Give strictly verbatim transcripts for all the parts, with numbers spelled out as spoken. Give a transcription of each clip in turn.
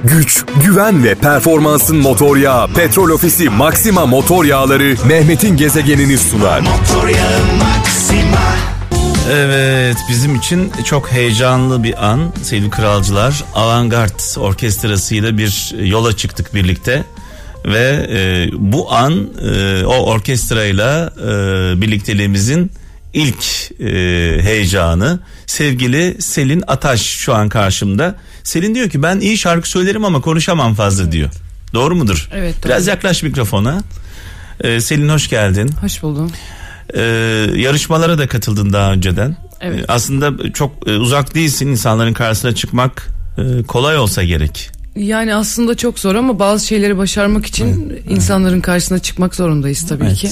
güç, güven ve performansın motor yağı Petrol Ofisi Maxima motor yağları Mehmet'in gezegenini sunar. Motor yağı Maxima. Evet, bizim için çok heyecanlı bir an sevgili kralcılar. Avantgard orkestrasıyla bir yola çıktık birlikte. Ve e, bu an e, o orkestrayla e, birlikteliğimizin ilk e, heyecanı. Sevgili Selin Ataş şu an karşımda. Selin diyor ki ben iyi şarkı söylerim ama konuşamam fazla diyor. Doğru mudur? Evet. Doğru. Biraz yaklaş mikrofona. E, Selin hoş geldin. Hoş buldum. E, yarışmalara da katıldın daha önceden. Evet. E, aslında çok e, uzak değilsin, insanların karşısına çıkmak e, kolay olsa gerek. Yani aslında çok zor ama bazı şeyleri başarmak için evet, insanların karşısına çıkmak zorundayız tabii evet. ki.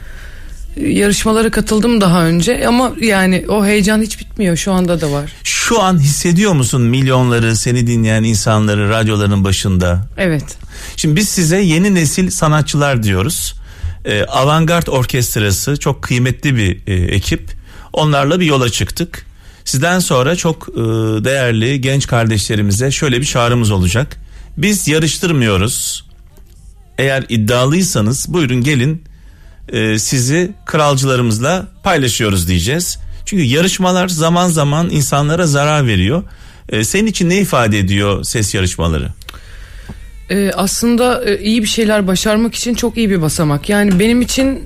Yarışmalara katıldım daha önce ama yani o heyecan hiç bitmiyor, şu anda da var. Şu an hissediyor musun milyonları, seni dinleyen insanları radyoların başında? Evet. Şimdi biz size yeni nesil sanatçılar diyoruz. Ee, Avantgard Orkestrası çok kıymetli bir e, ekip. Onlarla bir yola çıktık. Sizden sonra çok e, değerli genç kardeşlerimize şöyle bir çağrımız olacak. Biz yarıştırmıyoruz. Eğer iddialıysanız buyurun gelin, e, sizi kralcılarımızla paylaşıyoruz diyeceğiz. Çünkü yarışmalar zaman zaman insanlara zarar veriyor. E, senin için ne ifade ediyor ses yarışmaları? Ee, aslında e, iyi bir şeyler başarmak için çok iyi bir basamak. Yani benim için e,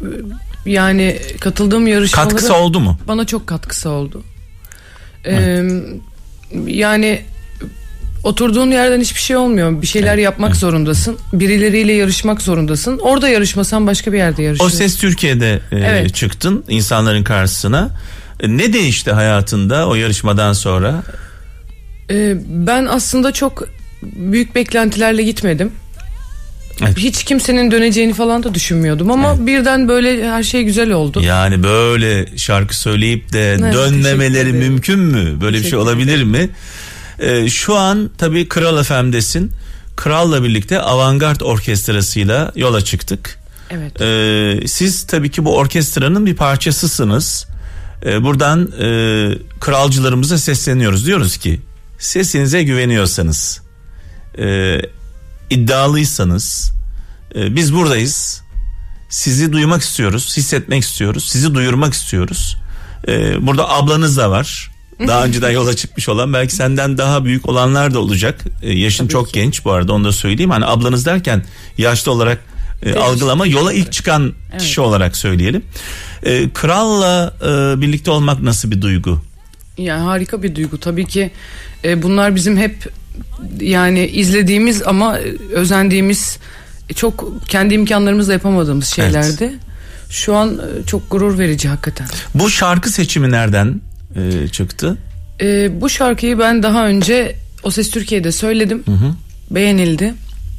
yani katıldığım yarışmalara... Katkısı oldu mu? Bana çok katkısı oldu. Ee, yani oturduğun yerden hiçbir şey olmuyor. Bir şeyler evet, yapmak evet. zorundasın. Birileriyle yarışmak zorundasın. Orada yarışmasan başka bir yerde yarışıyorsun. O Ses Türkiye'de e, evet. çıktın insanların karşısına. E, ne değişti hayatında o yarışmadan sonra? Ee, ben aslında çok büyük beklentilerle gitmedim. Evet. Hiç kimsenin döneceğini falan da düşünmüyordum ama evet. birden böyle her şey güzel oldu. Yani böyle şarkı söyleyip de evet, dönmemeleri mümkün mü? Böyle bir şey olabilir mi? Ee, şu an tabii Kral F M'desin. Kral'la birlikte Avantgard Orkestrası'yla yola çıktık. Evet. Ee, siz tabii ki bu orkestranın bir parçasısınız. Ee, buradan e, kralcılarımıza sesleniyoruz. Diyoruz ki sesinize güveniyorsanız, e, iddialıysanız e, biz buradayız. Sizi duymak istiyoruz, hissetmek istiyoruz, sizi duyurmak istiyoruz. E, burada ablanız da var. Daha önceden yola çıkmış olan, belki senden daha büyük olanlar da olacak. E, yaşın Tabii çok ki. genç bu arada, onu da söyleyeyim. Hani ablanız derken yaşlı olarak e, algılama, yola ilk çıkan evet. kişi olarak söyleyelim. E, Kral'la e, birlikte olmak nasıl bir duygu? Yani harika bir duygu tabii ki. E, bunlar bizim hep yani izlediğimiz ama özendiğimiz, çok kendi imkanlarımızla yapamadığımız şeylerdi. Evet. Şu an çok gurur verici hakikaten. Bu şarkı seçimi nereden e, çıktı? E, bu şarkıyı ben daha önce O Ses Türkiye'de söyledim. Hı hı. Beğenildi.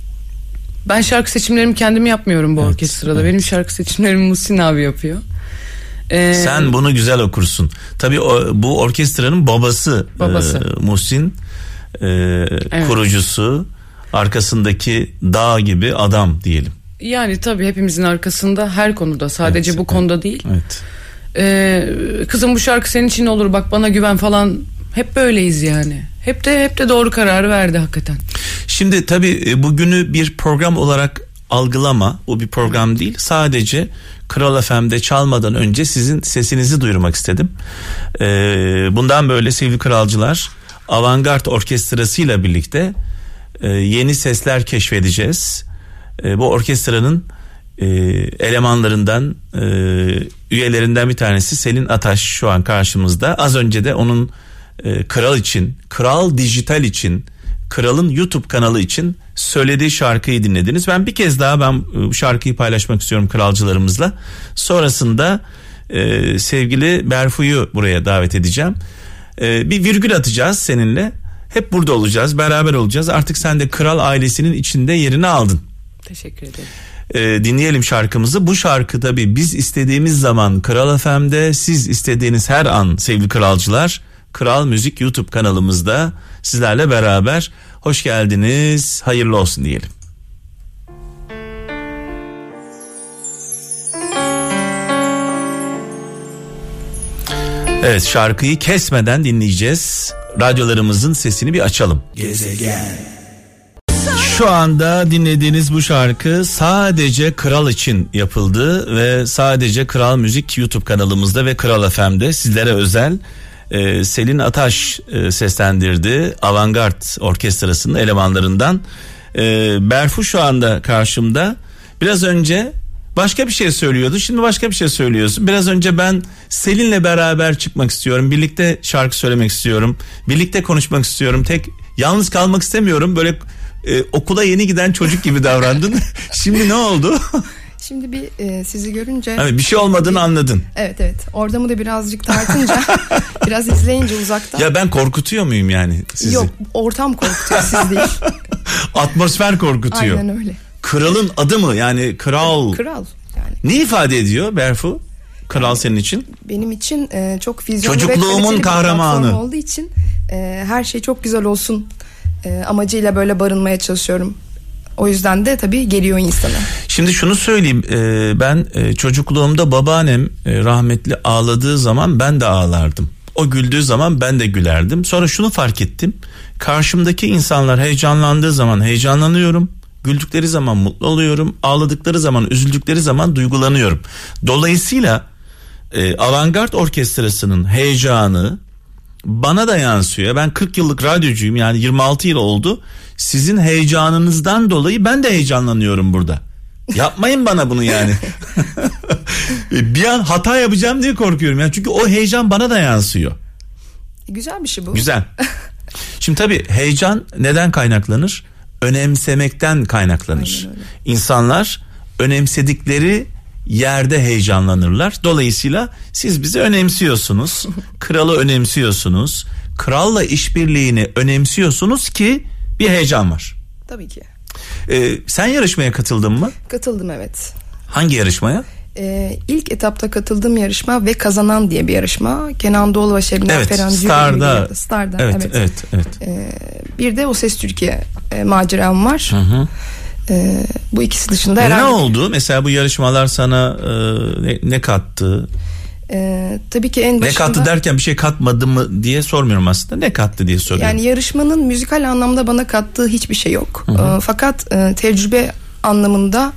Ben şarkı seçimlerimi kendim yapmıyorum bu evet, orkestrada. Evet. Benim şarkı seçimlerimi Muhsin abi yapıyor. Ee, Sen bunu güzel okursun. Tabii o, bu orkestranın babası, babası. E, Muhsin. Ee, evet. Kurucusu, arkasındaki dağ gibi adam diyelim. Yani tabii hepimizin arkasında her konuda, sadece evet, bu konuda evet, değil. Evet. Ee, kızım bu şarkı senin için olur, bak bana güven falan, hep böyleyiz yani. Hep de hep de doğru kararı verdi hakikaten. Şimdi tabii bugünü bir program olarak algılama, o bir program evet. değil. Sadece Kral F M'de çalmadan önce sizin sesinizi duyurmak istedim. Ee, bundan böyle sevgili kralcılar, Avantgard Orkestrası'yla birlikte e, yeni sesler keşfedeceğiz. E, bu orkestranın e, elemanlarından, e, üyelerinden bir tanesi Selin Ataş şu an karşımızda. Az önce de onun e, Kral için, Kral Dijital için, Kral'ın YouTube kanalı için söylediği şarkıyı dinlediniz. Ben bir kez daha ben bu şarkıyı paylaşmak istiyorum kralcılarımızla. Sonrasında e, sevgili Berfu'yu buraya davet edeceğim. Ee, bir virgül atacağız seninle. Hep burada olacağız, beraber olacağız. Artık sen de Kral ailesinin içinde yerini aldın. Teşekkür ederim. Ee, dinleyelim şarkımızı. Bu şarkı tabii biz istediğimiz zaman Kral F M'de, siz istediğiniz her an sevgili kralcılar, Kral Müzik YouTube kanalımızda sizlerle beraber. Hoş geldiniz, hayırlı olsun diyelim. Evet, şarkıyı kesmeden dinleyeceğiz. Radyolarımızın sesini bir açalım. Gezegen. Şu anda dinlediğiniz bu şarkı sadece Kral için yapıldı ve sadece Kral Müzik YouTube kanalımızda ve Kral F M'de sizlere özel. Ee, Selin Ataş e, seslendirdi. Avantgard Orkestrası'nın elemanlarından. Ee, Berfu şu anda karşımda. Biraz önce başka bir şey söylüyordu. Şimdi başka bir şey söylüyorsun. Biraz önce ben Selin'le beraber çıkmak istiyorum. Birlikte şarkı söylemek istiyorum. Birlikte konuşmak istiyorum. Tek yalnız kalmak istemiyorum. Böyle e, okula yeni giden çocuk gibi davrandın. Şimdi ne oldu? Şimdi bir e, sizi görünce... Hani bir şey olmadığını anladın. Evet evet. Ortamı da birazcık tartınca, biraz izleyince uzaktan. Ya ben korkutuyor muyum yani sizi? Yok, ortam korkutuyor, siz değil. Atmosfer korkutuyor. Aynen öyle. Kralın adı mı? Yani kral. Kral yani. Ne ifade ediyor Berfu? Kral yani, senin için? Benim için e, çok vizyonlu çocukluğumun ve kahramanı olduğu için e, her şey çok güzel olsun e, amacıyla böyle barınmaya çalışıyorum. O yüzden de tabii geliyor insana. Şimdi şunu söyleyeyim, e, ben e, çocukluğumda babaannem e, rahmetli ağladığı zaman ben de ağlardım. O güldüğü zaman ben de gülerdim. Sonra şunu fark ettim. Karşımdaki insanlar heyecanlandığı zaman heyecanlanıyorum. Güldükleri zaman mutlu oluyorum. Ağladıkları zaman, üzüldükleri zaman duygulanıyorum. Dolayısıyla e, Avantgard Orkestrası'nın heyecanı bana da yansıyor. Ben kırk yıllık radyocuyum, yani yirmi altı yıl oldu. Sizin heyecanınızdan dolayı ben de heyecanlanıyorum burada. Yapmayın bana bunu yani. Bir an hata yapacağım diye korkuyorum. Yani çünkü o heyecan bana da yansıyor. Güzel bir şey bu. Güzel. Şimdi tabii heyecan neden kaynaklanır? Önemsemekten kaynaklanır. İnsanlar önemsedikleri yerde heyecanlanırlar. Dolayısıyla siz bizi önemsiyorsunuz. Kralı önemsiyorsunuz. Kralla işbirliğini önemsiyorsunuz ki bir heyecan var. Tabii ki. Ee, sen yarışmaya katıldın mı? Katıldım, evet. Hangi yarışmaya? Ee, ilk etapta katıldığım yarışma ve kazanan diye bir yarışma. Kenan Doğulu ve Şebnem evet, Ferah. Star'da. Star'da. Evet, evet. evet, evet. Ee, bir de O Ses Türkiye e, maceram var. Hı hı. Ee, bu ikisi dışında ne herhangi... Ne oldu? Mesela bu yarışmalar sana e, ne, ne kattı? Ee, tabii ki en başında... Ne kattı derken bir şey katmadı mı diye sormuyorum aslında. Ne kattı diye soruyorum. Yani yarışmanın müzikal anlamda bana kattığı hiçbir şey yok. Ee, fakat e, tecrübe anlamında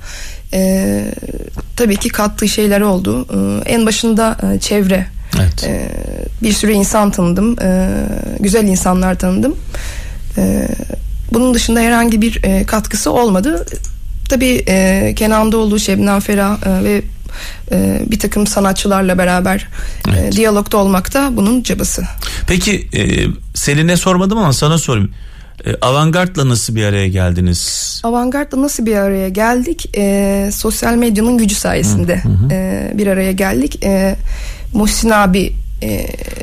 e, tabii ki kattığı şeyler oldu. Ee, en başında e, çevre. Evet. Ee, bir sürü insan tanıdım. Ee, güzel insanlar tanıdım. Ee, bunun dışında herhangi bir e, katkısı olmadı. Tabii e, Kenan Doğulu, Şebnem Ferah e, ve e, bir takım sanatçılarla beraber evet. e, diyalogda olmak da bunun cabası. Peki e, Selin'e sormadım ama sana sorayım. E, Avantgard'la nasıl bir araya geldiniz? Avantgard'la nasıl bir araya geldik? E, sosyal medyanın gücü sayesinde hı hı. E, bir araya geldik. E, Muhsin abi e,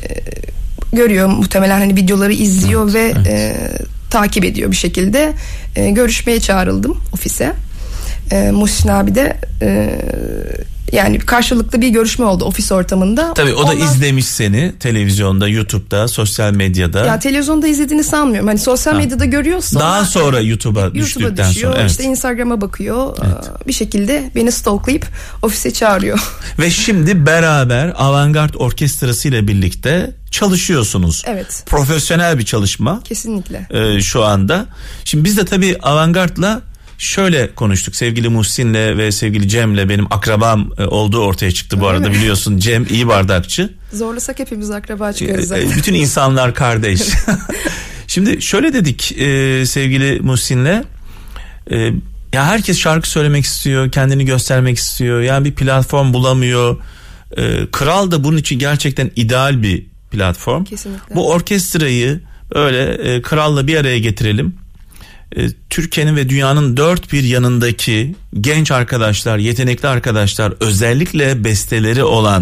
görüyor muhtemelen, hani videoları izliyor evet, ve evet. E, takip ediyor bir şekilde. E, görüşmeye çağrıldım ofise. E, Muhsin abi de e, yani karşılıklı bir görüşme oldu ofis ortamında. Tabii o da Ondan, izlemiş seni televizyonda, YouTube'da, sosyal medyada. Ya televizyonda izlediğini sanmıyorum. Hani sosyal ha. medyada görüyorsa. Daha sonra YouTube'a YouTube'a düştükten düşüyor, sonra. Evet. İşte Instagram'a bakıyor. Evet. Bir şekilde beni stalklayıp ofise çağırıyor. Ve şimdi beraber Avantgard Orkestrası ile birlikte çalışıyorsunuz. Evet. Profesyonel bir çalışma. Kesinlikle. E, şu anda. Şimdi biz de tabii Avantgard'la şöyle konuştuk. Sevgili Muhsin'le ve sevgili Cem'le, benim akrabam olduğu ortaya çıktı bu Öyle arada mi? Biliyorsun Cem iyi bardakçı. Zorlasak hepimiz akraba çıkarız zaten. Bütün insanlar kardeş. Şimdi şöyle dedik e, sevgili Muhsin'le. E, ya herkes şarkı söylemek istiyor, kendini göstermek istiyor. Yani bir platform bulamıyor. E, Kral da bunun için gerçekten ideal bir platform. Kesinlikle. Bu orkestrayı böyle e, Kral'la bir araya getirelim. Türkiye'nin ve dünyanın dört bir yanındaki genç arkadaşlar, yetenekli arkadaşlar, özellikle besteleri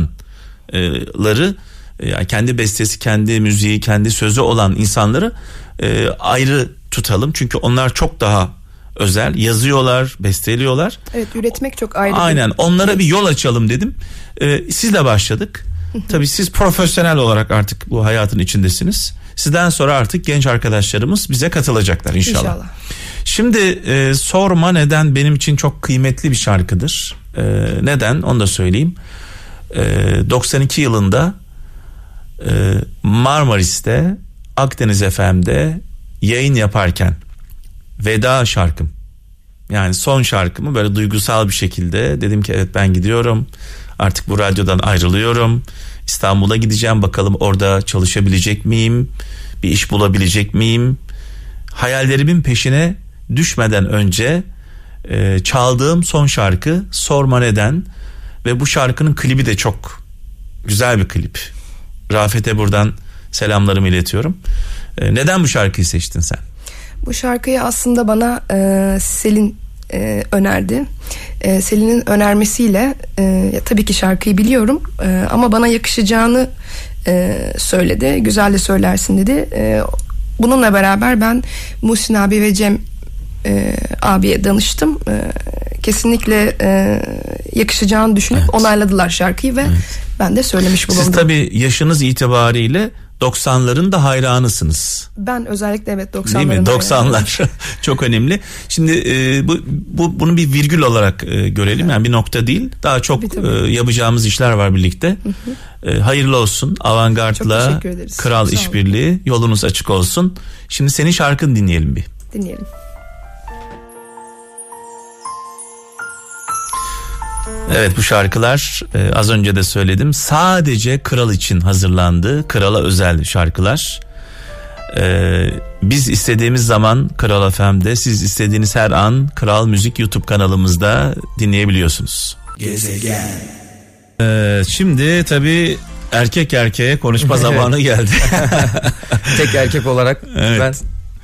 olanları, yani kendi bestesi, kendi müziği, kendi sözü olan insanları ayrı tutalım. Çünkü onlar çok daha özel, yazıyorlar, besteliyorlar. Evet, üretmek çok ayrı. Aynen, onlara bir yol açalım dedim. Sizle başladık. Tabii siz profesyonel olarak artık bu hayatın içindesiniz. Sizden sonra artık genç arkadaşlarımız bize katılacaklar inşallah. İnşallah. Şimdi e, Sorma Neden benim için çok kıymetli bir şarkıdır. E, neden? Onu da söyleyeyim. E, doksan iki yılında e, Marmaris'te Akdeniz F M'de yayın yaparken veda şarkım. Yani son şarkımı böyle duygusal bir şekilde dedim ki evet ben gidiyorum. Artık bu radyodan ayrılıyorum. İstanbul'a gideceğim, bakalım orada çalışabilecek miyim? Bir iş bulabilecek miyim? Hayallerimin peşine düşmeden önce e, çaldığım son şarkı Sorma Neden. Ve bu şarkının klibi de çok güzel bir klip. Rafet'e buradan selamlarımı iletiyorum. E, neden bu şarkıyı seçtin sen? Bu şarkıyı aslında bana e, Selin e, önerdi. E, Selin'in önermesiyle e, ya, tabii ki şarkıyı biliyorum e, ama bana yakışacağını e, söyledi. Güzel de söylersin dedi. E, bununla beraber ben Muhsin abi ve Cem e, abiye danıştım. E, kesinlikle e, yakışacağını düşünüp evet. onayladılar şarkıyı ve evet. ben de söylemiş bulundum. Siz tabii yaşınız itibariyle doksanların da hayranısınız. Ben özellikle evet doksanların. Değil mi? doksanlar çok önemli. Şimdi e, bu, bu bunu bir virgül olarak e, görelim. Yani bir nokta değil. Daha çok tabii, tabii. E, yapacağımız işler var birlikte. Hı hı. E, hayırlı olsun. Avantgard'la Kral İşbirliği yolunuz açık olsun. Şimdi senin şarkını dinleyelim bir. Dinleyelim. Evet, bu şarkılar e, az önce de söyledim, sadece Kral için hazırlandı. Kral'a özel şarkılar. E, biz istediğimiz zaman Kral F M'de, siz istediğiniz her an Kral Müzik YouTube kanalımızda dinleyebiliyorsunuz. Gezegen. E, şimdi tabii erkek erkeğe konuşma zamanı geldi. Tek erkek olarak evet. ben...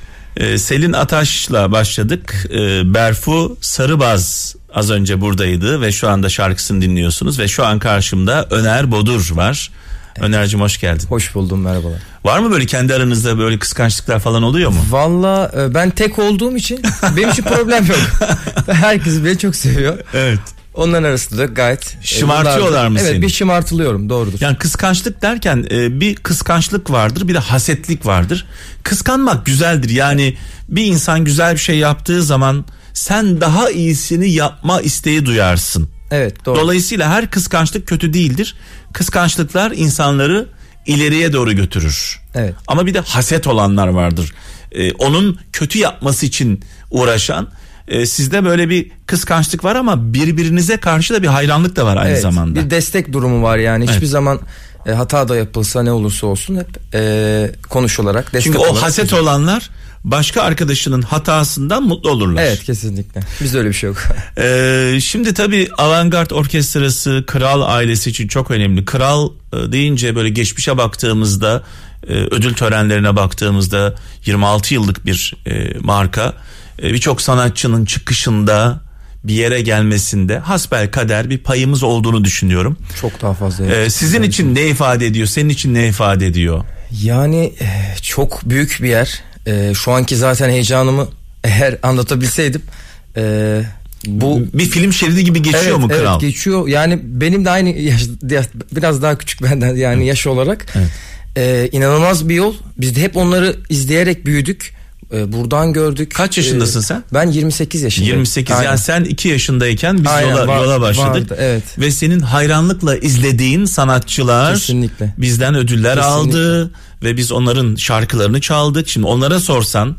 E, Selin Ataş'la başladık. E, Berfu Sarıbaz az önce buradaydı ve şu anda şarkısını dinliyorsunuz ve şu an karşımda Öner Bodur var. Evet. Öner'cim hoş geldin. Hoş buldum, merhabalar. Var mı böyle kendi aranızda böyle kıskançlıklar falan oluyor mu? Valla ben tek olduğum için benim için problem yok. Herkes beni çok seviyor. Evet. Onların arasında da gayet şımartıyorlar mı evet, seni? Bir şımartılıyorum, doğrudur. Yani kıskançlık derken bir kıskançlık vardır, bir de hasetlik vardır. Kıskanmak güzeldir. Yani bir insan güzel bir şey yaptığı zaman sen daha iyisini yapma isteği duyarsın. Evet, doğru. Dolayısıyla her kıskançlık kötü değildir. Kıskançlıklar insanları ileriye doğru götürür. Evet. Ama bir de haset olanlar vardır. Ee, onun kötü yapması için uğraşan. Ee, sizde böyle bir kıskançlık var ama birbirinize karşı da bir hayranlık da var aynı evet, zamanda. Bir destek durumu var yani. Hiçbir evet. zaman e, hata da yapılsa ne olursa olsun hep e, konuşularak destek Çünkü olarak. o haset olarak. Olanlar başka arkadaşının hatasından mutlu olurlar. Evet, kesinlikle. Bizde öyle bir şey yok. Ee, şimdi tabii Avantgard Orkestrası Kral ailesi için çok önemli. Kral e, deyince böyle geçmişe baktığımızda, e, ödül törenlerine baktığımızda yirmi altı yıllık bir e, marka. E, birçok sanatçının çıkışında, bir yere gelmesinde hasbelkader bir payımız olduğunu düşünüyorum. Çok daha fazla. Ee, sizin için ne ifade ediyor? Senin için ne ifade ediyor? Yani çok büyük bir yer. Ee, şu anki zaten heyecanımı eğer anlatabilseydim e, bu bir film şeridi gibi geçiyor evet, mu Kral? Evet, geçiyor. Yani benim de aynı yaş, biraz daha küçük benden yani evet. yaş olarak evet. e, inanılmaz bir yol. Biz de hep onları izleyerek büyüdük. E, buradan gördük. Kaç yaşındasın e, sen? Ben yirmi sekiz yaşındayım. yirmi sekiz Aynen. Yani sen iki yaşındayken biz Aynen, yola, var, yola başladık. Vardı, evet. Ve senin hayranlıkla izlediğin sanatçılar Kesinlikle. bizden ödüller Kesinlikle. aldı ve biz onların şarkılarını çaldık. Şimdi onlara sorsan,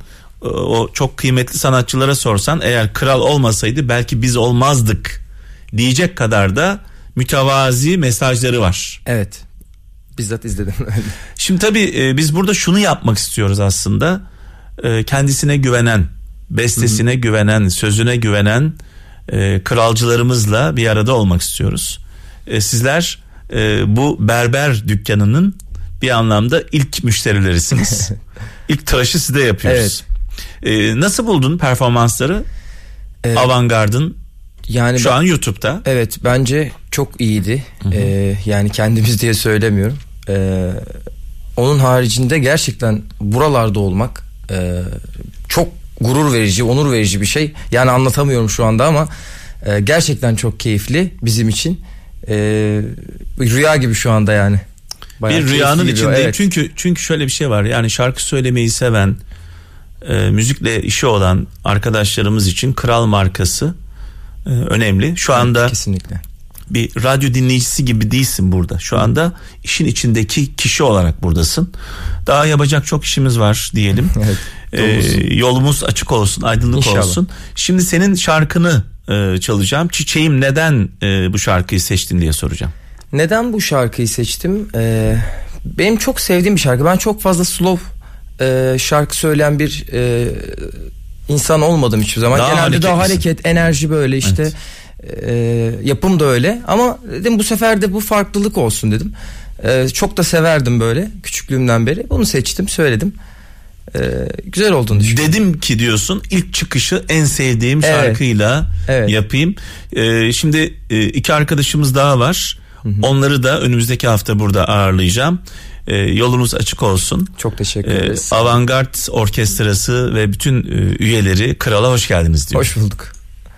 o çok kıymetli sanatçılara sorsan, eğer Kral olmasaydı belki biz olmazdık diyecek kadar da mütevazi mesajları var. Evet. Bizzat izledim. Şimdi tabii biz burada şunu yapmak istiyoruz aslında. Kendisine güvenen, bestesine Hı-hı. güvenen, sözüne güvenen e, kralcılarımızla bir arada olmak istiyoruz. E, sizler e, bu berber dükkanının bir anlamda ilk müşterilerisiniz. İlk tıraşı size yapıyoruz. Evet. E, nasıl buldun performansları? Evet. Avantgard'ın yani şu ben, an YouTube'da. Evet, bence çok iyiydi. E, yani kendimiz diye söylemiyorum. E, onun haricinde gerçekten buralarda olmak Ee, çok gurur verici, onur verici bir şey. Yani anlatamıyorum şu anda ama e, gerçekten çok keyifli bizim için. E, rüya gibi şu anda yani. Bayağı bir rüyanın içindeyim. Evet. Çünkü çünkü şöyle bir şey var. Yani şarkı söylemeyi seven, e, müzikle işi olan arkadaşlarımız için Kral markası e, önemli. Şu anda kesinlikle bir radyo dinleyicisi gibi değilsin burada. Şu anda işin içindeki kişi olarak buradasın. Daha yapacak çok işimiz var diyelim. Evet, ee, yolumuz açık olsun, aydınlık İnşallah. olsun. Şimdi senin şarkını e, çalacağım. Çiçeğim, neden e, bu şarkıyı seçtin diye soracağım. Neden bu şarkıyı seçtim? Ee, benim çok sevdiğim bir şarkı. Ben çok fazla slow e, şarkı söyleyen bir e, insan olmadım hiçbir zaman. Daha genelde daha hareket, enerji böyle işte. Evet. E, yapım da öyle. Ama dedim bu sefer de bu farklılık olsun dedim. E, çok da severdim böyle küçüklüğümden beri. Bunu seçtim, söyledim. E, güzel olduğunu düşünüyorum. Dedim ki diyorsun, ilk çıkışı en sevdiğim evet. şarkıyla evet. yapayım. E, şimdi e, iki arkadaşımız daha var. Hı hı. Onları da önümüzdeki hafta burada ağırlayacağım. E, yolunuz açık olsun. Çok teşekkür ederiz. E, Avantgard Orkestrası ve bütün e, üyeleri Kral'a hoş geldiniz diyor. Hoş bulduk.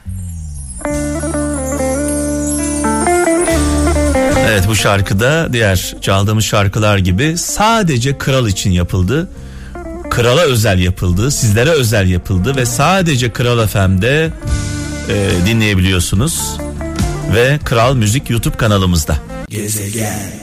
Evet, bu şarkıda diğer çaldığımız şarkılar gibi sadece Kral için yapıldı. Kral'a özel yapıldı, sizlere özel yapıldı ve sadece Kral F M'de e, dinleyebiliyorsunuz. Ve Kral Müzik YouTube kanalımızda. Gezegen.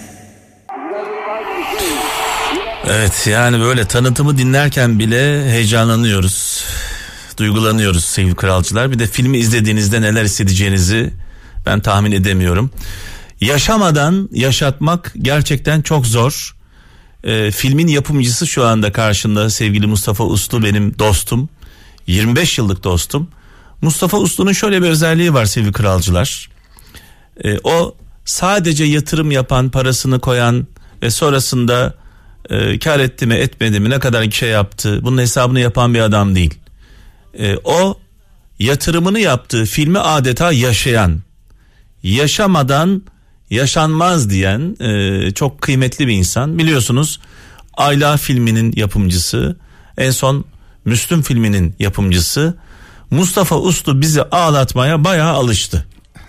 Evet, yani böyle tanıtımı dinlerken bile heyecanlanıyoruz. Duygulanıyoruz sevgili kralcılar. Bir de filmi izlediğinizde neler hissedeceğinizi ben tahmin edemiyorum. Yaşamadan yaşatmak gerçekten çok zor. Ee, filmin yapımcısı şu anda karşımda, sevgili Mustafa Uslu, benim dostum. yirmi beş yıllık dostum. Mustafa Uslu'nun şöyle bir özelliği var sevgili kralcılar. Ee, o sadece yatırım yapan, parasını koyan ve sonrasında e, kar etti mi etmedi mi, ne kadar şey yaptı, bunun hesabını yapan bir adam değil. E, o yatırımını yaptığı filmi adeta yaşayan, yaşamadan yaşanmaz diyen e, çok kıymetli bir insan. Biliyorsunuz Ayla filminin yapımcısı, en son Müslüm filminin yapımcısı. Mustafa Uslu bizi ağlatmaya bayağı alıştı.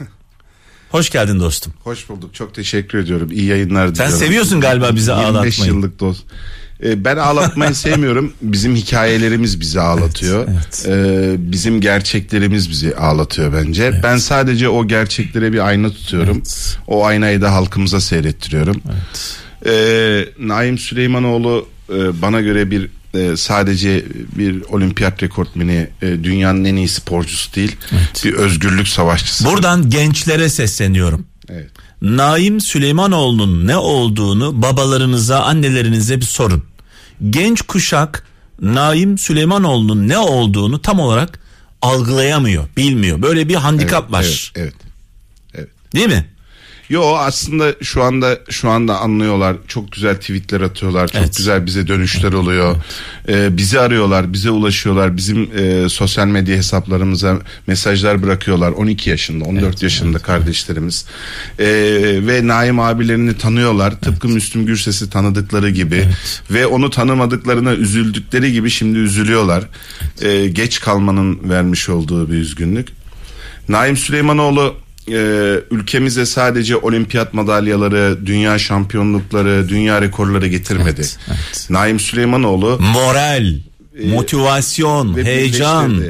Hoş geldin dostum. Hoş bulduk, çok teşekkür ediyorum. İyi yayınlar diliyorum. Sen seviyorsun galiba bizi ağlatmayı. yirmi beş yıllık dost. Ben ağlatmayı sevmiyorum. Bizim hikayelerimiz bizi ağlatıyor. Evet, evet. Ee, bizim gerçeklerimiz bizi ağlatıyor bence. Evet. Ben sadece o gerçeklere bir ayna tutuyorum. Evet. O aynayı da halkımıza seyrettiriyorum. Evet. Ee, Naim Süleymanoğlu e, bana göre bir e, sadece bir olimpiyat rekortmeni, e, dünyanın en iyi sporcusu değil. Evet. Bir özgürlük savaşçısı. Buradan gençlere sesleniyorum. Evet. Naim Süleymanoğlu'nun ne olduğunu babalarınıza, annelerinize bir sorun. Genç kuşak Naim Süleymanoğlu'nun ne olduğunu tam olarak algılayamıyor, bilmiyor. Böyle bir handikap evet, var. Evet, evet, evet. Değil mi? Yo, aslında şu anda şu anda anlıyorlar. Çok güzel tweetler atıyorlar. Çok evet. güzel bize dönüşler oluyor. Evet. Ee, bizi arıyorlar, bize ulaşıyorlar. Bizim e, sosyal medya hesaplarımıza mesajlar bırakıyorlar. on iki yaşında, on dört evet, yaşında evet, kardeşlerimiz. Ee, ve Naim abilerini tanıyorlar. Tıpkı evet. Müslüm Gürses'i tanıdıkları gibi. Evet. Ve onu tanımadıklarına üzüldükleri gibi şimdi üzülüyorlar. Evet. Ee, geç kalmanın vermiş olduğu bir üzgünlük. Naim Süleymanoğlu Ee, ülkemize sadece olimpiyat madalyaları, dünya şampiyonlukları, dünya rekorları getirmedi. Evet, evet. Naim Süleymanoğlu moral, e, motivasyon, heyecan.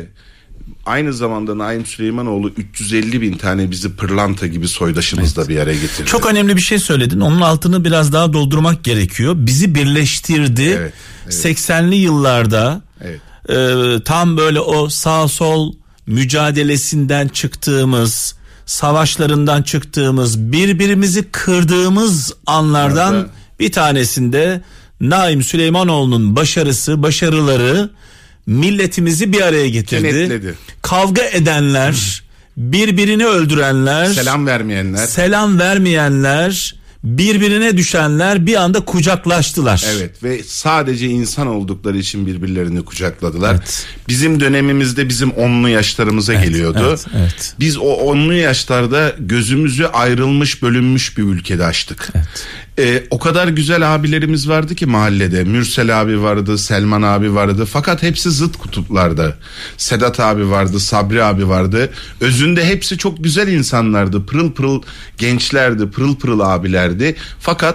Aynı zamanda Naim Süleymanoğlu üç yüz elli bin tane bizi pırlanta gibi soydaşımızla evet. bir araya getirdi. Çok önemli bir şey söyledin. Onun altını biraz daha doldurmak gerekiyor. Bizi birleştirdi. Evet, evet. seksenli yıllarda evet. e, tam böyle o sağ sol mücadelesinden çıktığımız, savaşlarından çıktığımız, birbirimizi kırdığımız anlardan evet. bir tanesinde Naim Süleymanoğlu'nun başarısı, başarıları milletimizi bir araya getirdi. Kenetledi. Kavga edenler, birbirini öldürenler, selam vermeyenler, selam vermeyenler, birbirine düşenler bir anda kucaklaştılar. Evet, ve sadece insan oldukları için birbirlerini kucakladılar. Evet. Bizim dönemimizde bizim onlu yaşlarımıza evet, geliyordu. Evet, evet. Biz o onlu yaşlarda gözümüzü ayrılmış, bölünmüş bir ülkede açtık. Evet. Ee, o kadar güzel abilerimiz vardı ki mahallede. Mürsel abi vardı, Selman abi vardı. Fakat hepsi zıt kutuplarda. Sedat abi vardı, Sabri abi vardı. Özünde hepsi çok güzel insanlardı. Pırıl pırıl gençlerdi, pırıl pırıl abilerdi. Fakat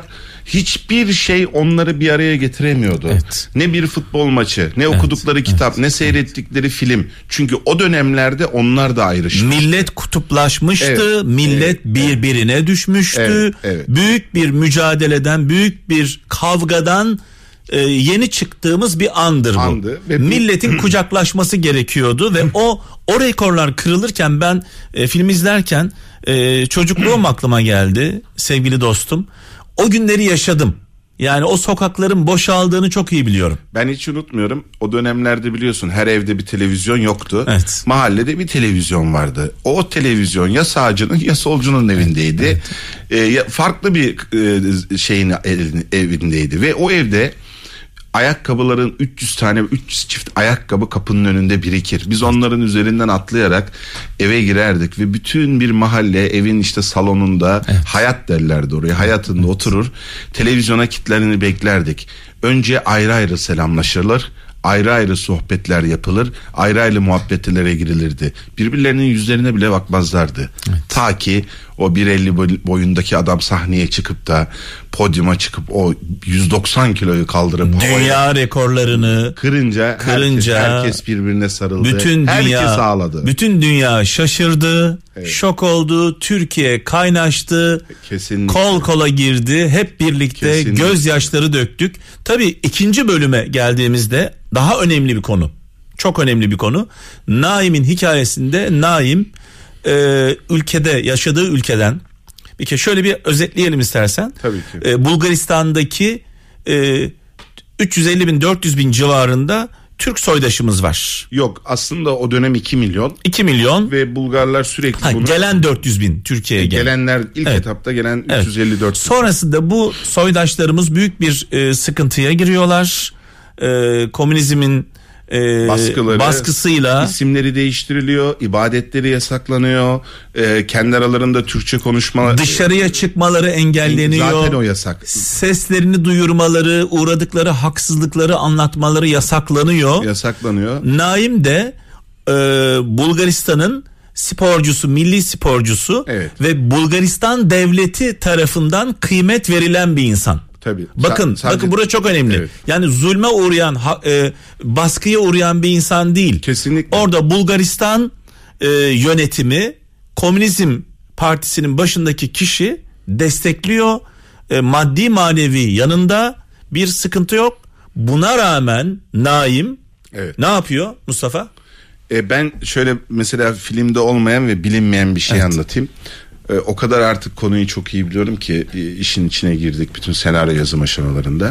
hiçbir şey onları bir araya getiremiyordu. Evet. Ne bir futbol maçı, ne okudukları evet. kitap, evet. ne seyrettikleri evet. film. Çünkü o dönemlerde onlar da ayrıştı. Millet kutuplaşmıştı, evet. millet evet. birbirine düşmüştü. Evet. Evet. Büyük bir mücadeleden, büyük bir kavgadan e, yeni çıktığımız bir andır bu. Andı. Ve milletin kucaklaşması gerekiyordu ve o o rekorlar kırılırken ben e, film izlerken e, çocukluğum aklıma geldi sevgili dostum. O günleri yaşadım. Yani o sokakların boşaldığını çok iyi biliyorum. Ben hiç unutmuyorum. O dönemlerde biliyorsun her evde bir televizyon yoktu. Evet. Mahallede bir televizyon vardı. O, o televizyon ya sağcının ya solcunun evindeydi. Evet. Ee, farklı bir e, şeyin evindeydi ve o evde ayakkabıların üç yüz tane üç yüz çift ayakkabı kapının önünde birikir. Biz onların üzerinden atlayarak eve girerdik ve bütün bir mahalle evin işte salonunda evet. hayat derlerdi oraya. Hayatında evet. oturur. Televizyona kitlerini beklerdik. Önce ayrı ayrı selamlaşırlar. Ayrı ayrı sohbetler yapılır. Ayrı ayrı muhabbetlere girilirdi. Birbirlerinin yüzlerine bile bakmazlardı. Evet. Ta ki o bir elli boyundaki adam sahneye çıkıp da podyuma çıkıp o yüz doksan kiloyu kaldırıp dünya havaya rekorlarını kırınca, kırınca herkes, herkes birbirine sarıldı. Bütün herkes dünya ağladı. Bütün dünya şaşırdı. Evet. Şok oldu. Türkiye kaynaştı. Kesinlikle. Kol kola girdi. Hep birlikte Kesinlikle. gözyaşları döktük. Tabii ikinci bölüme geldiğimizde daha önemli bir konu. Çok önemli bir konu. Naim'in hikayesinde Naim e, ülkede yaşadığı ülkeden bir kere şöyle bir özetleyelim istersen. Tabii ki. E, Bulgaristan'daki e, üç yüz elli bin dört yüz bin civarında Türk soydaşımız var. Yok aslında o dönem iki milyon. iki milyon. Ve Bulgarlar sürekli ha, bunu. Gelen dört yüz bin Türkiye'ye gelen. Gelenler ilk evet. etapta gelen evet. üç yüz elli dört. Sonrasında bu soydaşlarımız büyük bir e, sıkıntıya giriyorlar. E, komünizmin e, baskıları, baskısıyla isimleri değiştiriliyor, ibadetleri yasaklanıyor, e, kendi aralarında Türkçe konuşma, dışarıya çıkmaları engelleniyor. Zaten o yasak. Seslerini duyurmaları, uğradıkları haksızlıkları anlatmaları yasaklanıyor. Yasaklanıyor. Naim de e, Bulgaristan'ın sporcusu, milli sporcusu evet. ve Bulgaristan devleti tarafından kıymet verilen bir insan. Tabii. Bakın, Sa- sadece, bakın burası çok önemli. Evet. Yani zulme uğrayan, ha, e, baskıya uğrayan bir insan değil. Kesinlikle. Orada Bulgaristan e, yönetimi, Komünizm Partisi'nin başındaki kişi destekliyor. E, maddi manevi yanında bir sıkıntı yok. Buna rağmen Naim evet. ne yapıyor Mustafa? E, ben şöyle mesela filmde olmayan ve bilinmeyen bir şey evet. anlatayım. O kadar artık konuyu çok iyi biliyorum ki işin içine girdik bütün senaryo yazım aşamalarında.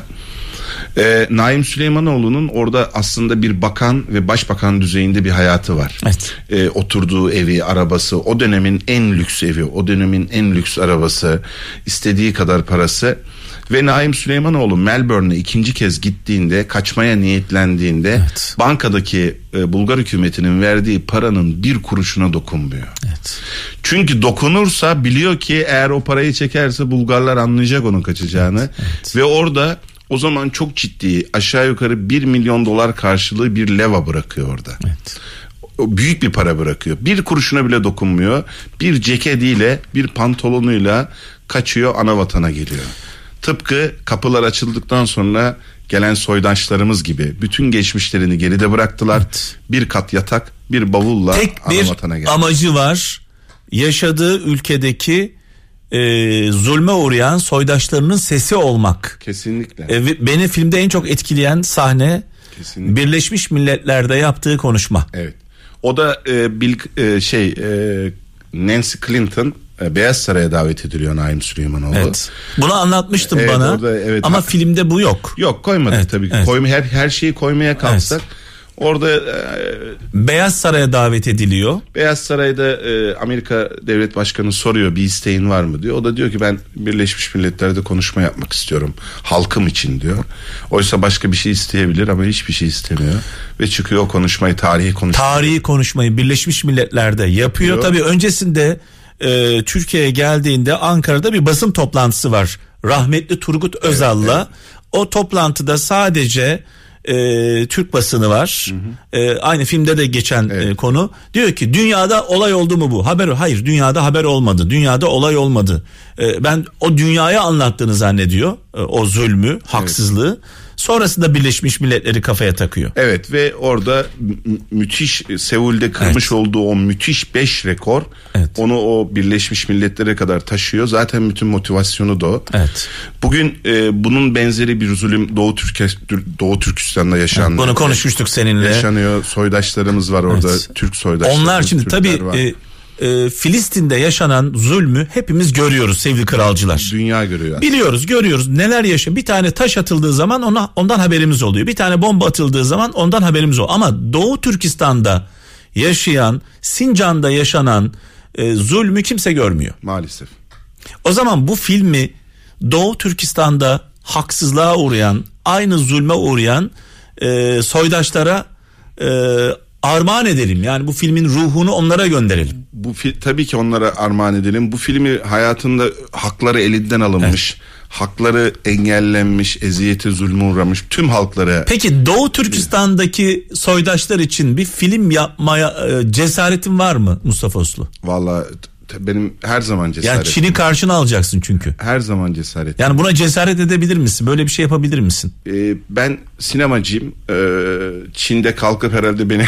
Ee, Naim Süleymanoğlu'nun orada aslında bir bakan ve başbakan düzeyinde bir hayatı var. Evet. Ee, oturduğu evi, arabası, o dönemin en lüks evi, o dönemin en lüks arabası, istediği kadar parası. Ve Naim Süleymanoğlu Melbourne'e ikinci kez gittiğinde, kaçmaya niyetlendiğinde evet. bankadaki e, Bulgar hükümetinin verdiği paranın bir kuruşuna dokunmuyor. Evet. Çünkü dokunursa biliyor ki eğer o parayı çekerse Bulgarlar anlayacak onun kaçacağını. Evet. Evet. Ve orada o zaman çok ciddi aşağı yukarı bir milyon dolar karşılığı bir leva bırakıyor orada. Evet. Büyük bir para bırakıyor. Bir kuruşuna bile dokunmuyor. Bir ceketiyle, bir pantolonuyla kaçıyor, ana vatana geliyor. Tıpkı kapılar açıldıktan sonra gelen soydaşlarımız gibi bütün geçmişlerini geride bıraktılar. Evet. Bir kat yatak, bir bavulla tek bir amacı var. Yaşadığı ülkedeki e, zulme uğrayan soydaşlarının sesi olmak. Kesinlikle. E, beni filmde en çok etkileyen sahne Kesinlikle. Birleşmiş Milletler'de yaptığı konuşma. Evet. O da e, Bill e, şey e, Nancy Clinton Beyaz Saray'a davet ediliyor Naim Süleymanoğlu. Evet. Bunu anlatmıştın evet, bana. Orada, evet, ama ha, filmde bu yok. Yok koymadık evet, tabii ki. Evet. Koyma, her her şeyi koymaya kalksak evet. orada e, Beyaz Saray'a davet ediliyor. Beyaz Saray'da e, Amerika Devlet Başkanı soruyor bir isteğin var mı diyor. O da diyor ki ben Birleşmiş Milletler'de konuşma yapmak istiyorum. Halkım için diyor. Oysa başka bir şey isteyebilir ama hiçbir şey istemiyor. Ve çıkıyor o konuşmayı, tarihi konuşmayı. Tarihi konuşmayı Birleşmiş Milletler'de yapıyor. yapıyor. Tabii öncesinde e, Türkiye'ye geldiğinde Ankara'da bir basın toplantısı var. Rahmetli Turgut Özal'la. Evet, evet. O toplantıda sadece e, Türk basını var. Hı hı. E, aynı filmde de geçen evet. e, konu. Diyor ki dünyada olay oldu mu bu? Haber hayır dünyada haber olmadı. Dünyada olay olmadı. E, ben o dünyaya anlattığını zannediyor. E, o zulmü, haksızlığı. Evet. Sonrasında Birleşmiş Milletleri kafaya takıyor. Evet ve orada mü- müthiş Seul'de kırmış evet. olduğu o müthiş beş rekor evet. onu o Birleşmiş Milletler'e kadar taşıyor. Zaten bütün motivasyonu da o. Evet. Bugün e, bunun benzeri bir zulüm Doğu Türkiye Doğu Türkistan'da yaşandı. Bunu konuşmuştuk seninle. Yaşanıyor. Soydaşlarımız var orada. Evet. Türk soydaşlarımız. Onlar şimdi tabii e, e, Filistin'de yaşanan zulmü hepimiz görüyoruz sevgili kralcılar. Dünya görüyor. Biliyoruz, görüyoruz neler yaşıyor. Bir tane taş atıldığı zaman ona ondan haberimiz oluyor. Bir tane bomba atıldığı zaman ondan haberimiz oluyor. Ama Doğu Türkistan'da yaşayan, Sincan'da yaşanan e, zulmü kimse görmüyor. Maalesef. O zaman bu filmi Doğu Türkistan'da haksızlığa uğrayan, aynı zulme uğrayan e, soydaşlara e, armağan edelim. Yani bu filmin ruhunu onlara gönderelim. Bu fi- tabii ki onlara armağan edelim. Bu filmi hayatında hakları elinden alınmış, evet. hakları engellenmiş, eziyete, zulme uğramış tüm halklara. Peki Doğu Türkistan'daki soydaşlar için bir film yapmaya e, cesaretin var mı Mustafa Uslu? Vallahi benim her zaman cesaretim. Yani Çin'i karşına alacaksın çünkü. Her zaman cesaretim. Yani buna cesaret edebilir misin? Böyle bir şey yapabilir misin? Ee, ben sinemacıyım. Ee, Çin'de kalkıp herhalde beni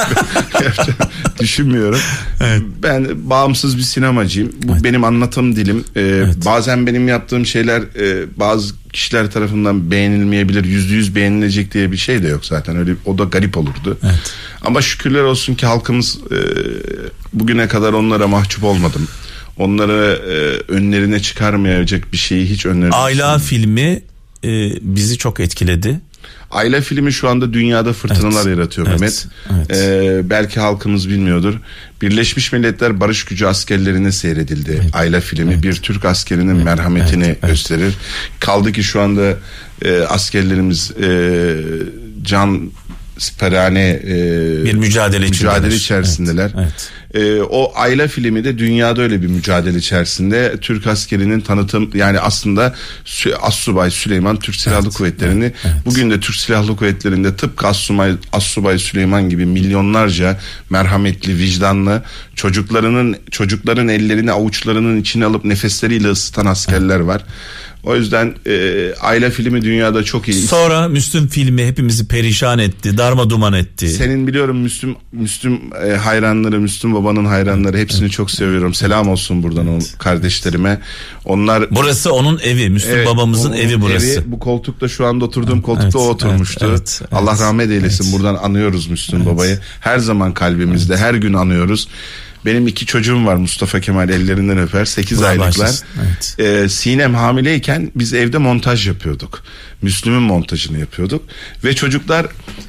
düşünmüyorum. Evet. Ben bağımsız bir sinemacıyım. Bu evet. benim anlatım dilim. Ee, evet. Bazen benim yaptığım şeyler e, bazı kişiler tarafından beğenilmeyebilir. Yüzde yüz beğenilecek diye bir şey de yok zaten. Öyle o da garip olurdu. Evet. Ama şükürler olsun ki halkımız e, bugüne kadar onlara mahcup olmadım. Onları e, önlerine çıkarmayacak bir şeyi hiç önlerine. Ayla filmi e, bizi çok etkiledi. Ayla filmi şu anda dünyada fırtınalar evet, yaratıyor evet, Mehmet. Evet. Ee, belki halkımız bilmiyordur. Birleşmiş Milletler Barış Gücü askerlerine seyredildi. Evet. Ayla filmi evet. bir Türk askerinin evet, merhametini evet, gösterir. Evet. Kaldı ki şu anda e, askerlerimiz e, can siperhane e, bir mücadele, mücadele içerisindeler. Evet, evet. E, o Ayla filmi de dünyada öyle bir mücadele içerisinde. Türk askerinin tanıtım yani aslında Assubay Süleyman Türk Silahlı evet, Kuvvetleri'ni evet, evet. bugün de Türk Silahlı Kuvvetleri'nde tıpkı Assubay, Assubay Süleyman gibi milyonlarca merhametli, vicdanlı çocuklarının çocukların ellerini avuçlarının içine alıp nefesleriyle ısıtan askerler evet. var. O yüzden e, Ayla filmi dünyada çok iyi. Sonra Müslüm filmi hepimizi perişan etti, darma duman etti. Senin biliyorum Müslüm Müslüm e, hayranları, Müslüm Baba'nın hayranları hepsini evet. çok seviyorum. Selam olsun buradan evet. o kardeşlerime. Onlar burası onun evi, Müslüm evet, Babamızın evi burası. Evi, bu koltukta şu anda oturduğum koltukta evet, o oturmuştu. Evet, evet, Allah evet, rahmet eylesin. Evet. Buradan anıyoruz Müslüm evet. Baba'yı. Her zaman kalbimizde, evet. her gün anıyoruz. Benim iki çocuğum var, Mustafa Kemal ellerinden öper. sekiz aylıklar. Evet. Ee, Sinem hamileyken biz evde montaj yapıyorduk. Müslüm'ün montajını yapıyorduk. Ve çocuklar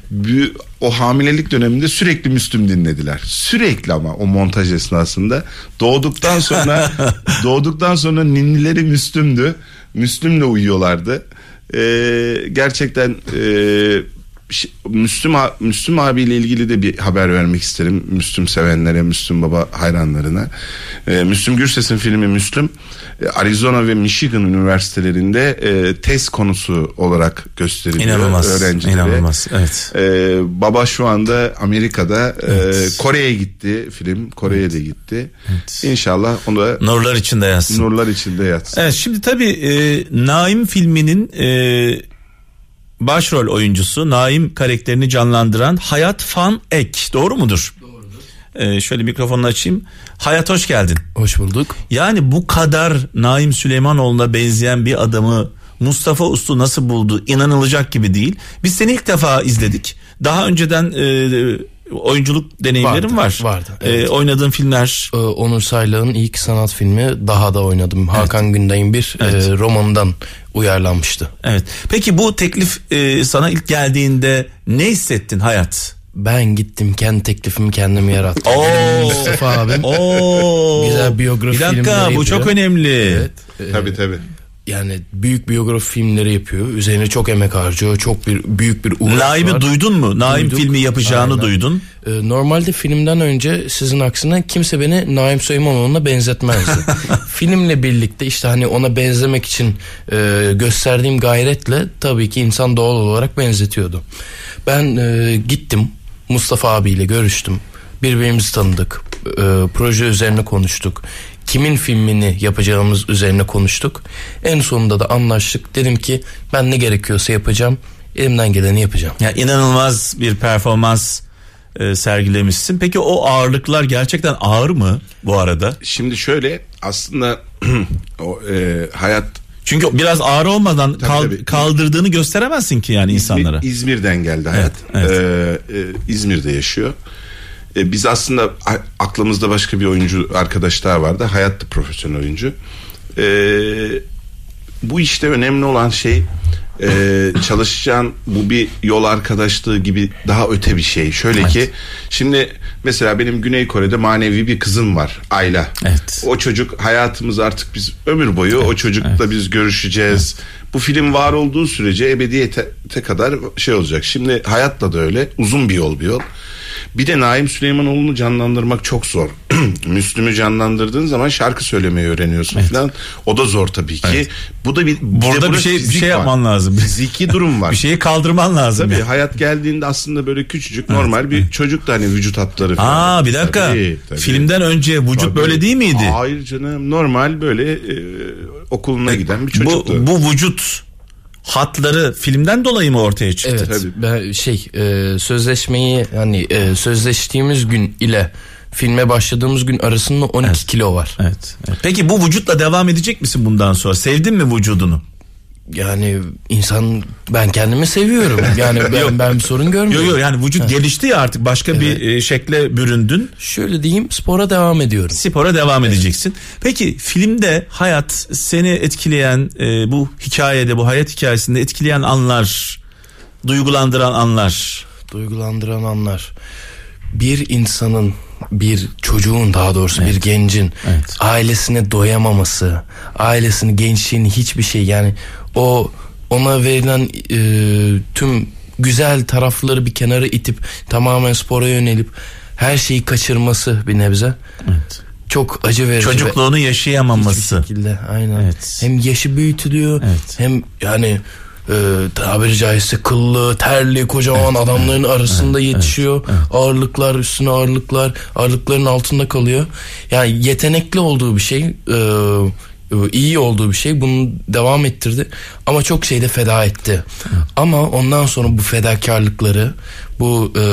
o hamilelik döneminde sürekli Müslüm dinlediler. Sürekli ama o montaj esnasında. Doğduktan sonra doğduktan sonra ninnileri Müslüm'dü. Müslüm'le uyuyorlardı. Ee, gerçekten e, Müslüm, Müslüm abiyle ilgili de bir haber vermek isterim. Müslüm sevenlere, Müslüm Baba hayranlarına. Ee, Müslüm Gürses'in filmi Müslüm, Arizona ve Michigan üniversitelerinde e, tez konusu olarak gösteriliyor. İnanılmaz, öğrencilere. İnanılmaz, evet. Ee, baba şu anda Amerika'da, evet. e, Kore'ye gitti film. Kore'ye evet. de gitti. Evet. İnşallah onu da nurlar içinde yatsın. Nurlar içinde yatsın. Evet, şimdi tabii e, Naim filminin e, başrol oyuncusu, Naim karakterini canlandıran Hayat Fan Ek, doğru mudur? Doğrudur. Ee, şöyle mikrofonunu açayım. Hayat, hoş geldin. Hoş bulduk. Yani bu kadar Naim Süleymanoğlu'na benzeyen bir adamı Mustafa Uslu nasıl buldu? İnanılacak gibi değil. Biz seni ilk defa izledik. Daha önceden e, oyunculuk deneyimlerim vardı, var. Vardı. Evet. Ee, oynadığın filmler. Ee, Onur Saylık'ın ilk sanat filmi Daha da oynadım. Evet. Hakan Günday'ın bir evet. e, romanından uyarlanmıştı. Evet. Peki bu teklif e, sana ilk geldiğinde ne hissettin Hayat? Ben gittim, kendi teklifimi kendim yarattım. Oo. Mustafa abim. Oo. Güzel biyografi filmleri. Bir dakika, bu yapıyor. çok önemli. Evet. E, tabii tabii. yani büyük biyografi filmleri yapıyor. Üzerine çok emek harcıyor. Çok bir büyük bir uğraş Naim'i var. duydun mu? Naim Duyduk. filmi yapacağını Aynen. duydun. Ee, normalde filmden önce sizin aksine kimse beni Naim Süleymanoğlu'na benzetmezdi. Filmle birlikte işte hani ona benzemek için e, gösterdiğim gayretle tabii ki insan doğal olarak benzetiyordu. Ben e, gittim Mustafa abiyle görüştüm. Birbirimizi tanıdık. E, proje üzerine konuştuk. Kimin filmini yapacağımız üzerine konuştuk. En sonunda da anlaştık. Dedim ki ben ne gerekiyorsa yapacağım. Elimden geleni yapacağım. Ya inanılmaz bir performans e, sergilemişsin. Peki o ağırlıklar gerçekten ağır mı bu arada? Şimdi şöyle aslında o e, hayat Çünkü biraz ağır olmadan kal, tabii. kaldırdığını gösteremezsin ki yani İzmir, insanlara. İzmir'den geldi hayat. Evet, evet. Ee, e, İzmir'de yaşıyor. Ee, biz aslında a- aklımızda başka bir oyuncu arkadaş daha vardı. Hayat da profesyonel oyuncu. Ee, bu işte önemli olan şey e, çalışacağın bu bir yol arkadaşlığı gibi daha öte bir şey. Şöyle Evet. ki şimdi mesela benim Güney Kore'de manevi bir kızım var, Ayla. Evet. O çocuk hayatımız artık biz ömür boyu o çocukla evet. biz görüşeceğiz. Evet. Bu film var olduğu sürece ebediyete kadar şey olacak. Şimdi hayatla da öyle uzun bir yol bir yol. Bir de Naim Süleymanoğlu'nu canlandırmak çok zor. Müslüm'ü canlandırdığın zaman şarkı söylemeyi öğreniyorsun Evet. falan. O da zor tabii ki. Evet. Bu da bir Burada bir şey bir şey yapman lazım. Fiziki durum var. Bir şeyi kaldırman lazım. Tabii ya. hayat geldiğinde aslında böyle küçücük normal bir çocuk da hani vücut hatları falan. Aa bir dakika. Tabii, tabii. Filmden önce vücut Tabii. böyle değil miydi? Hayır canım, normal böyle e, okuluna giden bir çocuktu. Bu, bu vücut hatları filmden dolayı mı ortaya çıktı? Evet. Tabii. Ben şey e, sözleşmeyi hani e, sözleştiğimiz gün ile filme başladığımız gün arasında on iki Evet. kilo var. Evet. evet. Peki bu vücutla devam edecek misin bundan sonra? Sevdin mi vücudunu? Yani insan ben kendimi seviyorum. Yani ben, ben bir sorun görmüyorum. Yok yok yani vücut gelişti ya artık başka Evet. bir e, şekle büründün. Şöyle diyeyim, spora devam ediyorum. Spora devam edeceksin. Peki filmde hayat seni etkileyen e, bu hikayede bu hayat hikayesinde etkileyen anlar, duygulandıran anlar. Duygulandıran anlar. Bir insanın, bir çocuğun daha doğrusu Evet. bir gencin Evet. ailesine doyamaması, ailesini, gençliğini hiçbir şey yani o ona verilen e, tüm güzel tarafları bir kenara itip tamamen spora yönelip her şeyi kaçırması bir nebze. Evet. Çok acı verici. Çocukluğunu yaşayamaması. Hiçbir şekilde aynen. Evet. Hem yaşı büyütülüyor Evet. hem yani e, tabiri caizse kıllı, terli, kocaman adamların arasında evet, yetişiyor. evet, evet. Ağırlıklar üstüne ağırlıklar, ağırlıkların altında kalıyor. Yani yetenekli olduğu bir şey, e, iyi olduğu bir şey, bunu devam ettirdi ama çok şey de feda etti. Ama ondan sonra bu fedakarlıkları, bu e,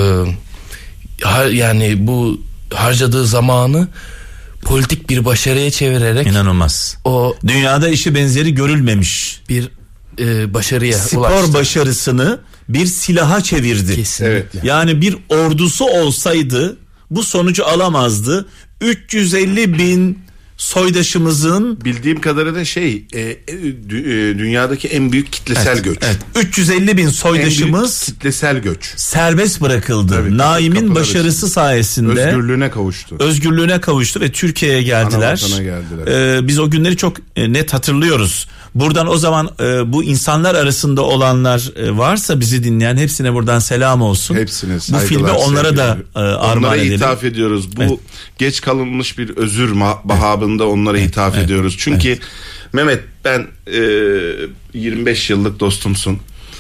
har, yani bu harcadığı zamanı politik bir başarıya çevirerek İnanılmaz. o Dünyada işi benzeri görülmemiş. bir e, başarıya Spor ulaştı. başarısını bir silaha çevirdi. Kesinlikle. Evet. Yani bir ordusu olsaydı bu sonucu alamazdı. üç yüz elli bin soydaşımızın Bildiğim kadarıyla şey e, e, dü- e, dünyadaki en büyük kitlesel evet, göç. evet, üç yüz elli bin En büyük soydaşımız kitlesel göç. serbest bırakıldı. Tabii, Naim'in kapılar başarısı açıldı. sayesinde Özgürlüğüne kavuştu. özgürlüğüne kavuştu ve Türkiye'ye geldiler. Ana vatana geldiler. Ee, biz o günleri çok e, net hatırlıyoruz. Buradan o zaman e, bu insanlar arasında olanlar e, varsa bizi dinleyen hepsine buradan selam olsun. Hepsine Bu saygılar, filmi onlara da sevgiler. e, armağan onlara edelim. ithaf ediyoruz. Bu Evet. geç kalınmış bir özür ma- bahabında onlara ithaf evet, ediyoruz. Çünkü Mehmet, ben e, yirmi beş yıllık dostumsun.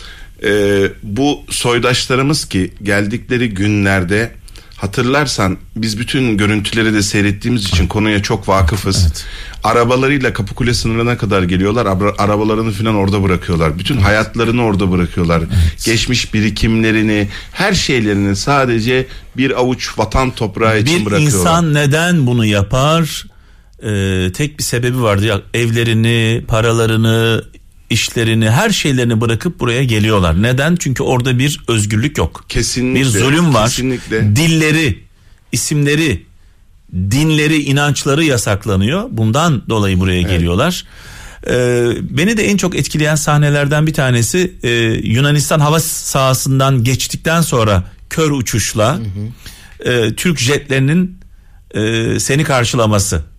E, bu soydaşlarımız ki geldikleri günlerde hatırlarsan biz bütün görüntüleri de seyrettiğimiz için konuya çok vakıfız. Evet. Arabalarıyla Kapıkule sınırına kadar geliyorlar. Ara- arabalarını falan orada bırakıyorlar. Bütün hayatlarını orada bırakıyorlar. Geçmiş birikimlerini, her şeylerini sadece bir avuç vatan toprağı için Bir bırakıyorlar. insan neden bunu yapar? Ee, tek bir sebebi vardı ya, evlerini, paralarını, işlerini, her şeylerini bırakıp buraya geliyorlar. Neden? Çünkü orada bir özgürlük yok. Kesinlikle. Bir zulüm var. Kesinlikle. Dilleri, isimleri, dinleri, inançları yasaklanıyor. Bundan dolayı buraya evet. geliyorlar. Ee, beni de en çok etkileyen sahnelerden bir tanesi e, Yunanistan hava sahasından geçtikten sonra kör uçuşla hı hı. E, Türk jetlerinin e, seni karşılaması.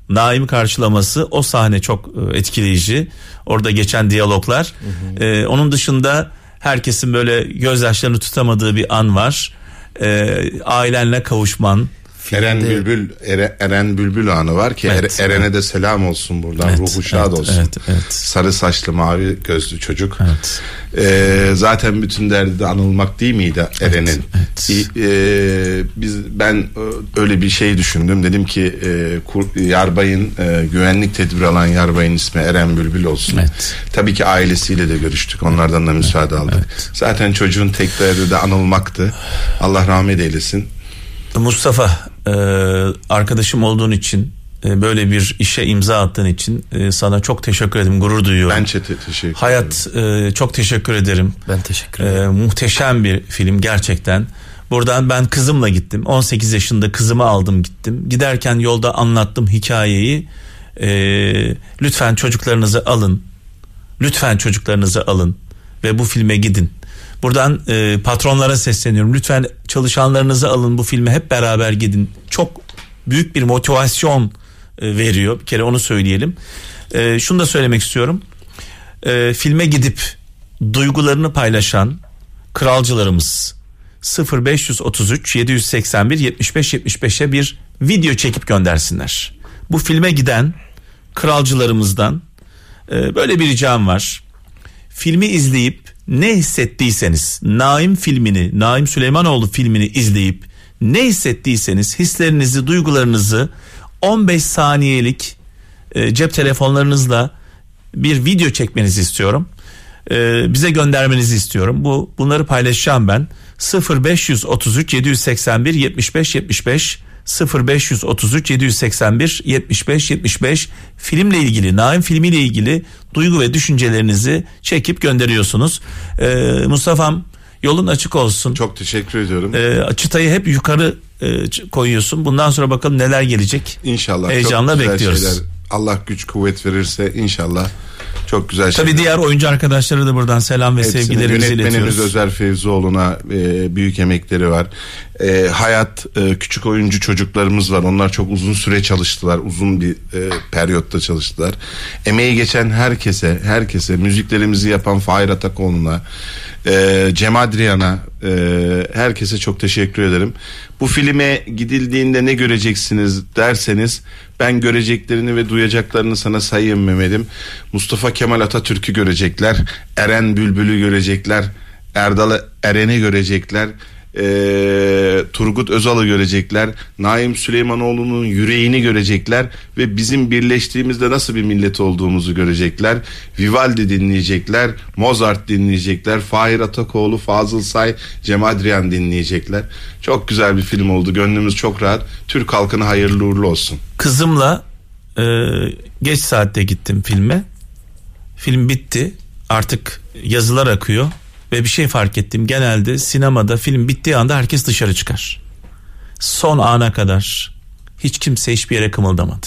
Naim karşılaması, o sahne çok etkileyici. Orada geçen diyaloglar. Hı hı. Ee, onun dışında herkesin böyle gözyaşlarını tutamadığı bir an var. Ee, ailenle kavuşman. Eren Bülbül Ere, Eren Bülbül anı var ki evet, Eren'e evet. de selam olsun buradan, evet, ruhu şad evet, olsun. Evet, evet. Sarı saçlı mavi gözlü çocuk. Evet. Ee, zaten bütün derdi de anılmak değil miydi Eren'in? Evet, evet. Ee, biz ben öyle bir şey düşündüm. Dedim ki e, kur, Yarbay'ın e, güvenlik tedbiri alan Yarbay'ın ismi Eren Bülbül olsun. Evet. Tabii ki ailesiyle de görüştük. Onlardan da müsaade aldık. Evet. Zaten çocuğun tek derdi de anılmaktı. Allah rahmet eylesin. Mustafa, e, arkadaşım olduğun için, e, böyle bir işe imza attığın için e, sana çok teşekkür ederim, gurur duyuyorum. Ben te- teşekkür Hayat, ederim. E, çok teşekkür ederim. Ben teşekkür ederim. E, muhteşem bir film gerçekten. Buradan ben kızımla gittim. on sekiz yaşında kızımı aldım gittim. Giderken yolda anlattım hikayeyi. E, lütfen çocuklarınızı alın. Lütfen çocuklarınızı alın ve bu filme gidin. Buradan e, patronlara sesleniyorum. Lütfen çalışanlarınızı alın, bu filme hep beraber gidin. Çok büyük bir motivasyon e, veriyor. Bir kere onu söyleyelim. E, şunu da söylemek istiyorum. E, filme gidip duygularını paylaşan kralcılarımız sıfır beş üç üç yedi seksen bir yetmiş beş yetmiş beşe bir video çekip göndersinler. Bu filme giden kralcılarımızdan e, böyle bir ricam var. Filmi izleyip ne hissettiyseniz, Naim filmini, Naim Süleymanoğlu filmini izleyip ne hissettiyseniz hislerinizi, duygularınızı on beş saniyelik e, cep telefonlarınızla bir video çekmenizi istiyorum. E, bize göndermenizi istiyorum. Bu bunları paylaşacağım ben. sıfır beş üç üç yedi seksen bir yetmiş beş yetmiş beş sıfır beş üç üç yedi seksen bir yetmiş beş yetmiş beş filmle ilgili, Naim filmiyle ilgili duygu ve düşüncelerinizi çekip gönderiyorsunuz. Ee, Mustafa'm, yolun açık olsun. Çok teşekkür ediyorum. Ee, çıtayı hep yukarı e, koyuyorsun. Bundan sonra bakalım neler gelecek. İnşallah. Heyecanla bekliyoruz. Şeyler, Allah güç kuvvet verirse inşallah çok güzel şeyler. Tabii diğer oyuncu arkadaşlara da buradan selam ve hepsine, sevgilerimizi iletiyoruz. Yönetmenimiz Özer Fevzioğlu'na e, büyük emekleri var. E, hayat e, küçük oyuncu çocuklarımız var. Onlar çok uzun süre çalıştılar. Uzun bir e, periyotta çalıştılar. Emeği geçen herkese, herkese, müziklerimizi yapan Fahir Atakoğlu'na, e, Cem Adrian'a, e, herkese çok teşekkür ederim. Bu filme gidildiğinde ne göreceksiniz derseniz, ben göreceklerini ve duyacaklarını sana sayayım Mehmet'im. Mustafa Kemal Atatürk'ü görecekler, Eren Bülbül'ü görecekler, Erdal Eren'i görecekler, e, Turgut Özal'ı görecekler, Naim Süleymanoğlu'nun yüreğini görecekler ve bizim birleştiğimizde nasıl bir millet olduğumuzu görecekler. Vivaldi dinleyecekler, Mozart dinleyecekler, Fahir Atakoğlu, Fazıl Say, Cem Adrian dinleyecekler. Çok güzel bir film oldu. Gönlümüz çok rahat. Türk halkına hayırlı uğurlu olsun. Kızımla e, geç saatte gittim filme. Film bitti. Artık yazılar akıyor. Ve bir şey fark ettim. Genelde sinemada film bittiği anda herkes dışarı çıkar. Son ana kadar hiç kimse hiçbir yere kımıldamadı.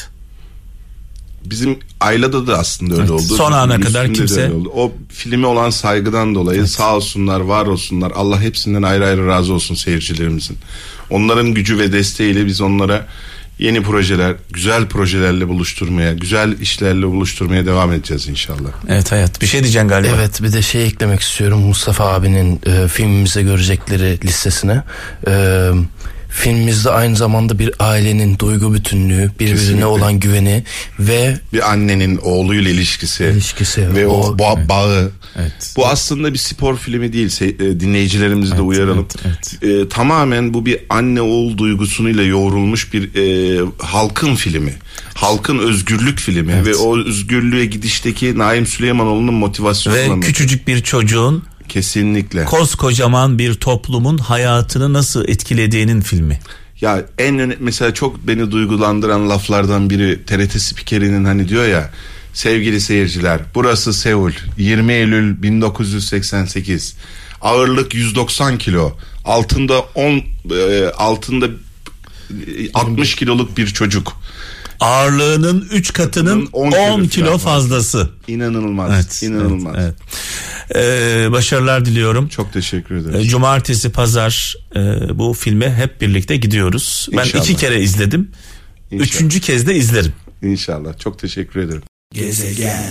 Bizim Ayla'da da aslında öyle evet, oldu. Son ana Bizim kadar kimse. O filme olan saygıdan dolayı evet. Sağ olsunlar, var olsunlar. Allah hepsinden ayrı ayrı razı olsun seyircilerimizin. Onların gücü ve desteğiyle biz onlara yeni projeler, güzel projelerle buluşturmaya, güzel işlerle buluşturmaya devam edeceğiz inşallah. Evet Hayat, bir şey diyeceksin galiba. Evet, bir de şey eklemek istiyorum Mustafa abinin e, filmimize görecekleri listesine. E, filmimizde aynı zamanda bir ailenin duygu bütünlüğü, birbirine Kesinlikle. olan güveni ve bir annenin oğluyla ilişkisi, ilişkisi ve o, o ba- bağı. Evet. Bu aslında bir spor filmi değil. Se- dinleyicilerimizi evet, de uyaralım. Evet, evet. E, tamamen bu bir anne oğul duygusunuyla yoğrulmuş bir e, halkın filmi. Halkın özgürlük filmi evet. Ve o özgürlüğe gidişteki Naim Süleymanoğlu'nun motivasyonu. Ve küçücük bir çocuğun kesinlikle koskocaman bir toplumun hayatını nasıl etkilediğinin filmi. Ya en mesela çok beni duygulandıran laflardan biri T R T spikerinin hani diyor ya, sevgili seyirciler, burası Seul, yirmi Eylül bin dokuz yüz seksen sekiz, ağırlık yüz doksan kilo, altında on e, altında altmış kiloluk bir çocuk. Ağırlığının üç katının on kilo fazlası. İnanılmaz. Evet, inanılmaz. Evet, evet. Ee, başarılar diliyorum. Çok teşekkür ederim. Cumartesi, pazar e, bu filme hep birlikte gidiyoruz. İnşallah. Ben iki kere izledim. İnşallah. Üçüncü kez de izlerim. İnşallah. Çok teşekkür ederim. Gezegen.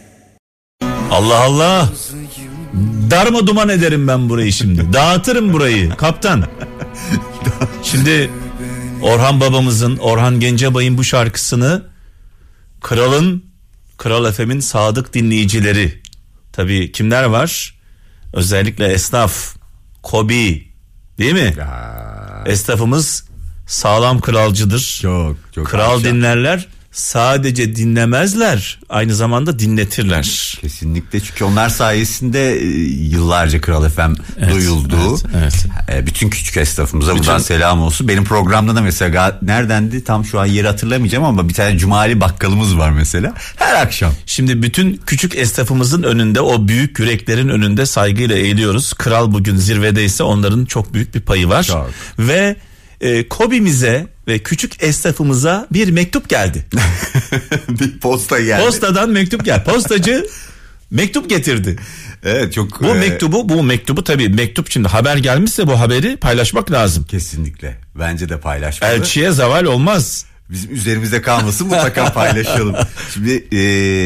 Allah Allah. Darma duman ederim ben burayı şimdi. Dağıtırım burayı kaptan. Şimdi Orhan babamızın, Orhan Gencebay'ın bu şarkısını Kral'ın, Kral F M'in sadık dinleyicileri. Tabii kimler var? Özellikle esnaf, KOBİ, değil mi? Ya. Esnafımız sağlam kralcıdır. Çok çok. Kral akşam. dinlerler. Sadece dinlemezler, aynı zamanda dinletirler. Kesinlikle, çünkü onlar sayesinde e, yıllarca Kral F M Evet, duyuldu. evet, evet. E, bütün küçük esnafımıza Bütün- buradan selam olsun. Benim programda da mesela ga- neredendi tam şu an yeri hatırlamayacağım ama bir tane Cumali bakkalımız var mesela. Her akşam. Şimdi bütün küçük esnafımızın önünde, o büyük yüreklerin önünde saygıyla eğiliyoruz. Kral bugün zirvedeyse onların çok büyük bir payı var. Çok. Ve e, KOBİ'mize ve küçük esnafımıza bir mektup geldi. Bir posta geldi. Postadan mektup geldi. Postacı mektup getirdi. Evet, çok. Bu e, mektubu, bu mektubu tabii mektup, şimdi haber gelmişse bu haberi paylaşmak lazım. Kesinlikle. Bence de paylaşmalı. Elçiye zeval olmaz. Bizim üzerimizde kalmasın, mutlaka paylaşalım. Şimdi e,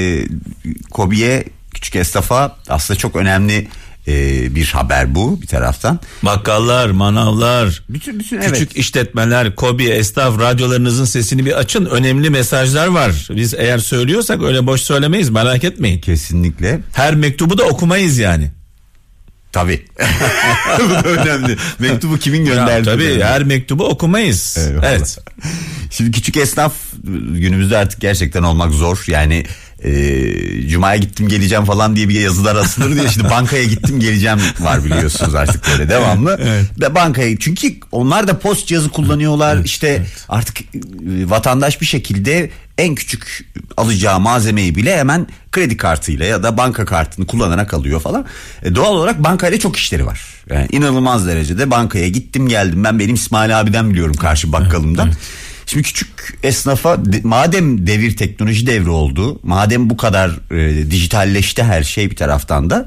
KOBİ'ye, küçük esnafa aslında çok önemli e, bir haber bu bir taraftan. Bakkallar, manavlar, Bütün bütün küçük evet. işletmeler, KOBİ, esnaf, radyolarınızın sesini bir açın. Önemli mesajlar var. Biz eğer söylüyorsak öyle boş söylemeyiz, merak etmeyin. Kesinlikle. Her mektubu da okumayız yani. Tabii. Bu da önemli. Mektubu kimin Ya, gönderdi? tabii önemli. her mektubu okumayız. Eyvallah. Evet. Şimdi küçük esnaf günümüzde artık gerçekten olmak zor. Yani e, Cuma'ya gittim geleceğim falan diye bir yazılar asılır diye. Şimdi bankaya gittim geleceğim var, biliyorsunuz artık böyle devamlı. Evet. Ve bankaya, çünkü onlar da post cihazı kullanıyorlar. Evet, işte evet. artık e, vatandaş bir şekilde en küçük alacağı malzemeyi bile hemen kredi kartıyla ya da banka kartını kullanarak alıyor falan. E, doğal olarak bankayla çok işleri var. Yani inanılmaz derecede bankaya gittim geldim. Ben benim İsmail abiden biliyorum, karşı bakkalımdan. Evet, Şimdi küçük esnafa de, madem devir teknoloji devri oldu, madem bu kadar e, dijitalleşti her şey bir taraftan da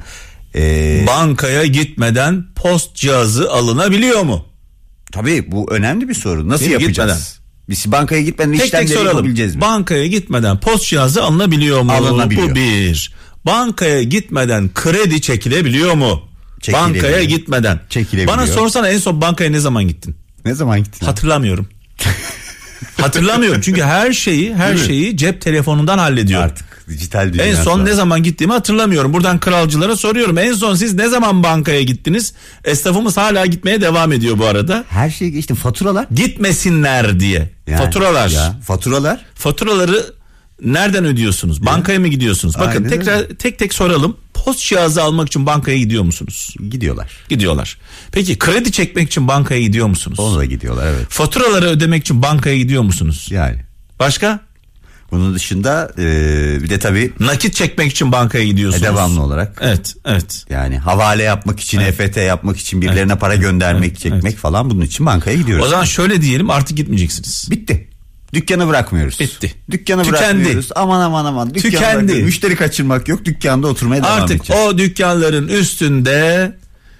e, Bankaya gitmeden post cihazı alınabiliyor mu? tabii bu önemli bir soru. Nasıl Değil mi? yapacağız? Gitmeden. Biz bankaya gitmeden Tek tek işlemleri soralım. yapabileceğiz mi? Bankaya gitmeden post cihazı alınabiliyor mu? Alınabiliyor. Bu bir. Bankaya gitmeden kredi çekilebiliyor mu? Çekilebiliyor. Bankaya gitmeden. Çekilebiliyor. Bana sorsana, en son bankaya ne zaman gittin? Ne zaman gittin? Hatırlamıyorum. Hatırlamıyorum çünkü her şeyi her Değil mi? şeyi cep telefonundan hallediyor. Artık dijital dünya. En son sonra. ne zaman gittiğimi hatırlamıyorum. Buradan kralcılara soruyorum. En son siz ne zaman bankaya gittiniz? Esnafımız hala gitmeye devam ediyor bu arada. Her şey geçti, faturalar. Gitmesinler diye. Yani, Faturalar. ya, faturalar. Faturaları nereden ödüyorsunuz? Bankaya mı gidiyorsunuz? Bakın Aynen tekrar öyle. tek tek soralım. Post cihazı almak için bankaya gidiyor musunuz? Gidiyorlar. Gidiyorlar. Peki kredi çekmek için bankaya gidiyor musunuz? Ona da gidiyorlar, evet. Faturaları ödemek için bankaya gidiyor musunuz? Yani. Başka? Bunun dışında e, bir de tabii Nakit çekmek için bankaya gidiyorsunuz. e, devamlı olarak. Evet, evet. Yani havale yapmak için, Evet. E F T yapmak için, birilerine para göndermek, Evet, çekmek evet. falan, bunun için bankaya gidiyoruz. O zaman şöyle diyelim, artık gitmeyeceksiniz. Bitti. Dükkanı bırakmıyoruz. Bitti. Dükkanı Tükendi. bırakmıyoruz. Aman aman aman. Dükkanı Tükendi. bırakıyoruz. Müşteri kaçırmak yok. Dükkanda oturmaya devam Artık edeceğiz. o dükkanların üstünde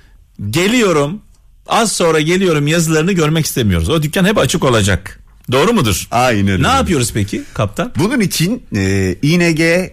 geliyorum, az sonra geliyorum yazılarını görmek istemiyoruz. O dükkan hep açık olacak. Doğru mudur? Aynen öyle. Ne yapıyoruz peki kaptan? Bunun için e, İ N G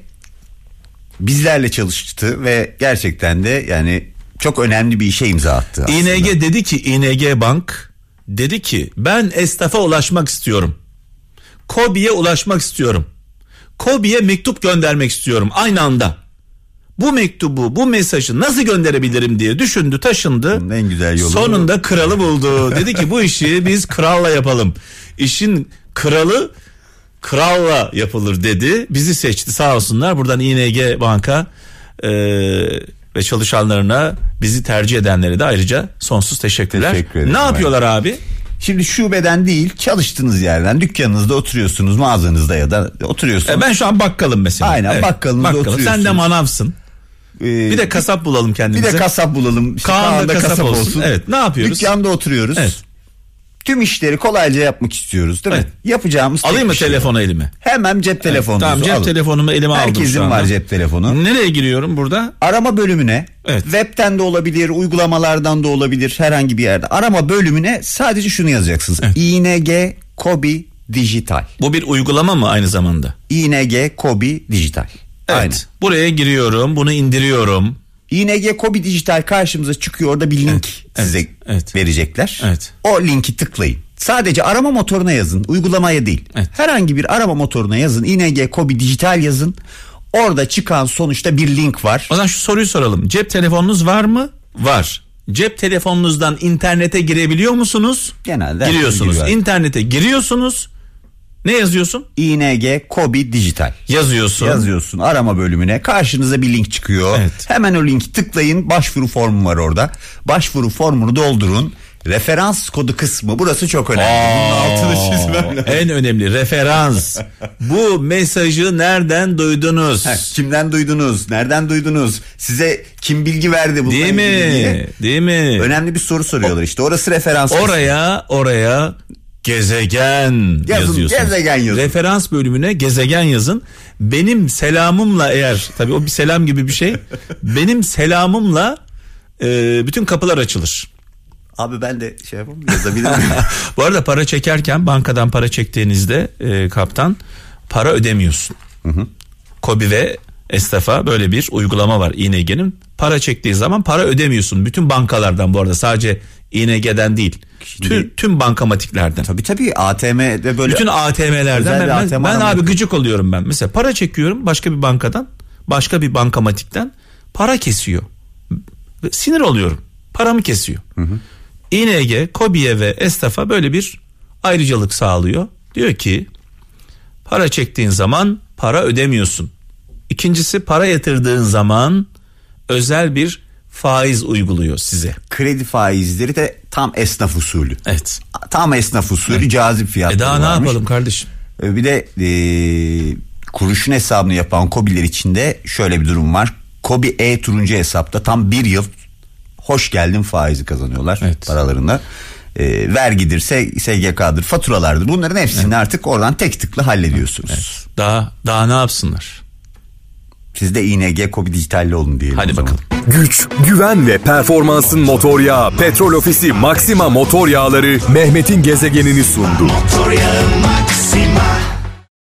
bizlerle çalıştı ve gerçekten de yani çok önemli bir işe imza attı aslında. İ N G dedi ki, İ N G Bank dedi ki ben esnafa ulaşmak istiyorum. KOBİ'ye ulaşmak istiyorum. KOBİ'ye mektup göndermek istiyorum aynı anda. Bu mektubu, bu mesajı nasıl gönderebilirim diye düşündü, taşındı. Bunun en güzel yolu. Sonunda kralı buldu. Dedi ki bu işi biz kralla yapalım. İşin kralı kralla yapılır dedi. Bizi seçti, sağ olsunlar. Buradan İ N G Bank'a e, ve çalışanlarına, bizi tercih edenlere de ayrıca sonsuz teşekkürler. Teşekkür ederim. Ne yapıyorlar abi? Şimdi şubeden değil, çalıştığınız yerden, dükkanınızda oturuyorsunuz, mağazanızda ya da oturuyorsunuz. E ben şu an bakkalım mesela. Aynen, bakkalınızda oturuyorsunuz. Sen de manavsın. Ee, Bir de kasap bulalım bir kendimize. de kasap bulalım. İşte Kaan da Kaan da kasap kasap, olsun. olsun. Evet, ne yapıyoruz? Dükkanda oturuyoruz. Evet. Tüm işleri kolayca yapmak istiyoruz, değil Evet. mi? Yapacağımız tek Alayım mı bir şey var. telefonu elime? Hemen cep telefonunuzu Tamam, cep alın. telefonumu elime aldım şu Herkesin anda. var cep telefonu. Nereye giriyorum burada? Arama bölümüne, Evet. webten de olabilir, uygulamalardan da olabilir, herhangi bir yerde. Arama bölümüne sadece şunu yazacaksınız. Evet. İ N G KOBİ Dijital. Bu bir uygulama mı aynı zamanda? I N G Kobi Dijital. Evet. Aynen. Buraya giriyorum, bunu indiriyorum. I N G Kobi Dijital karşımıza çıkıyor. Orada bir link Evet, size evet, evet. verecekler. Evet. O linki tıklayın. Sadece arama motoruna yazın. Uygulamaya değil. Evet. Herhangi bir arama motoruna yazın. I N G Kobi Dijital yazın. Orada çıkan sonuçta bir link var. O zaman şu soruyu soralım. Cep telefonunuz var mı? Var. Cep telefonunuzdan internete girebiliyor musunuz? Genelde giriyorsunuz. giriyor. İnternete giriyorsunuz. Ne yazıyorsun? I N G Kobi Dijital. Yazıyorsun. Yazıyorsun arama bölümüne. Karşınıza bir link çıkıyor. Evet. Hemen o linki tıklayın. Başvuru formu var orada. Başvuru formunu doldurun. Referans kodu kısmı. Burası çok önemli. Bunun altını çizmem lazım. En önemli referans. Bu mesajı nereden duydunuz? Heh, kimden duydunuz? Nereden duydunuz? Size kim bilgi verdi bununla Değil mi? ilgili diye. Değil mi? Önemli bir soru soruyorlar işte. Orası referans. Oraya oraya gezegen Yazın, yazıyorsunuz. gezegen yazın. Referans bölümüne gezegen yazın. Benim selamımla eğer tabii o bir selam gibi bir şey. Benim selamımla e, bütün kapılar açılır. Abi ben de şey yapayım yazabilir miyim? Bu arada para çekerken bankadan para çektiğinizde e, kaptan para ödemiyorsun. Hı hı. Kobi ve Esnaf'a böyle bir uygulama var I N G'nin. Para çektiği zaman para ödemiyorsun. Bütün bankalardan bu arada sadece I N G'den değil. Şimdi, tüm, tüm bankamatiklerden. Tabii tabii A T M'de böyle. Bütün A T M'lerden ben, A T M ben, ben abi yok. gıcık oluyorum ben. Mesela para çekiyorum başka bir bankadan, başka bir bankamatikten para kesiyor. Sinir oluyorum. Paramı kesiyor. Hı hı. I N G, Kobi'ye ve Esnaf'a böyle bir ayrıcalık sağlıyor. Diyor ki para çektiğin zaman para ödemiyorsun. İkincisi para yatırdığın zaman özel bir faiz uyguluyor size. Kredi faizleri de tam esnaf usulü. Evet. Tam esnaf usulü evet. Cazip fiyatları E daha varmış. ne yapalım kardeşim? Bir de e, kuruşun hesabını yapan Kobi'ler içinde şöyle bir durum var. Kobi e-turuncu hesapta tam bir yıl hoş geldin faizi kazanıyorlar evet. paralarında. E, vergidir, S G K'dır, faturalardır. Bunların hepsini evet. artık oradan tek tıkla hallediyorsunuz. Evet. Daha daha ne yapsınlar? Siz de I N G Kobi Dijital'li olun diyelim. Hadi bakalım. Güç, güven ve performansın motor yağı Petrol Ofisi Maxima motor yağları Mehmet'in gezegenini sundu. Motor yağı Maxima.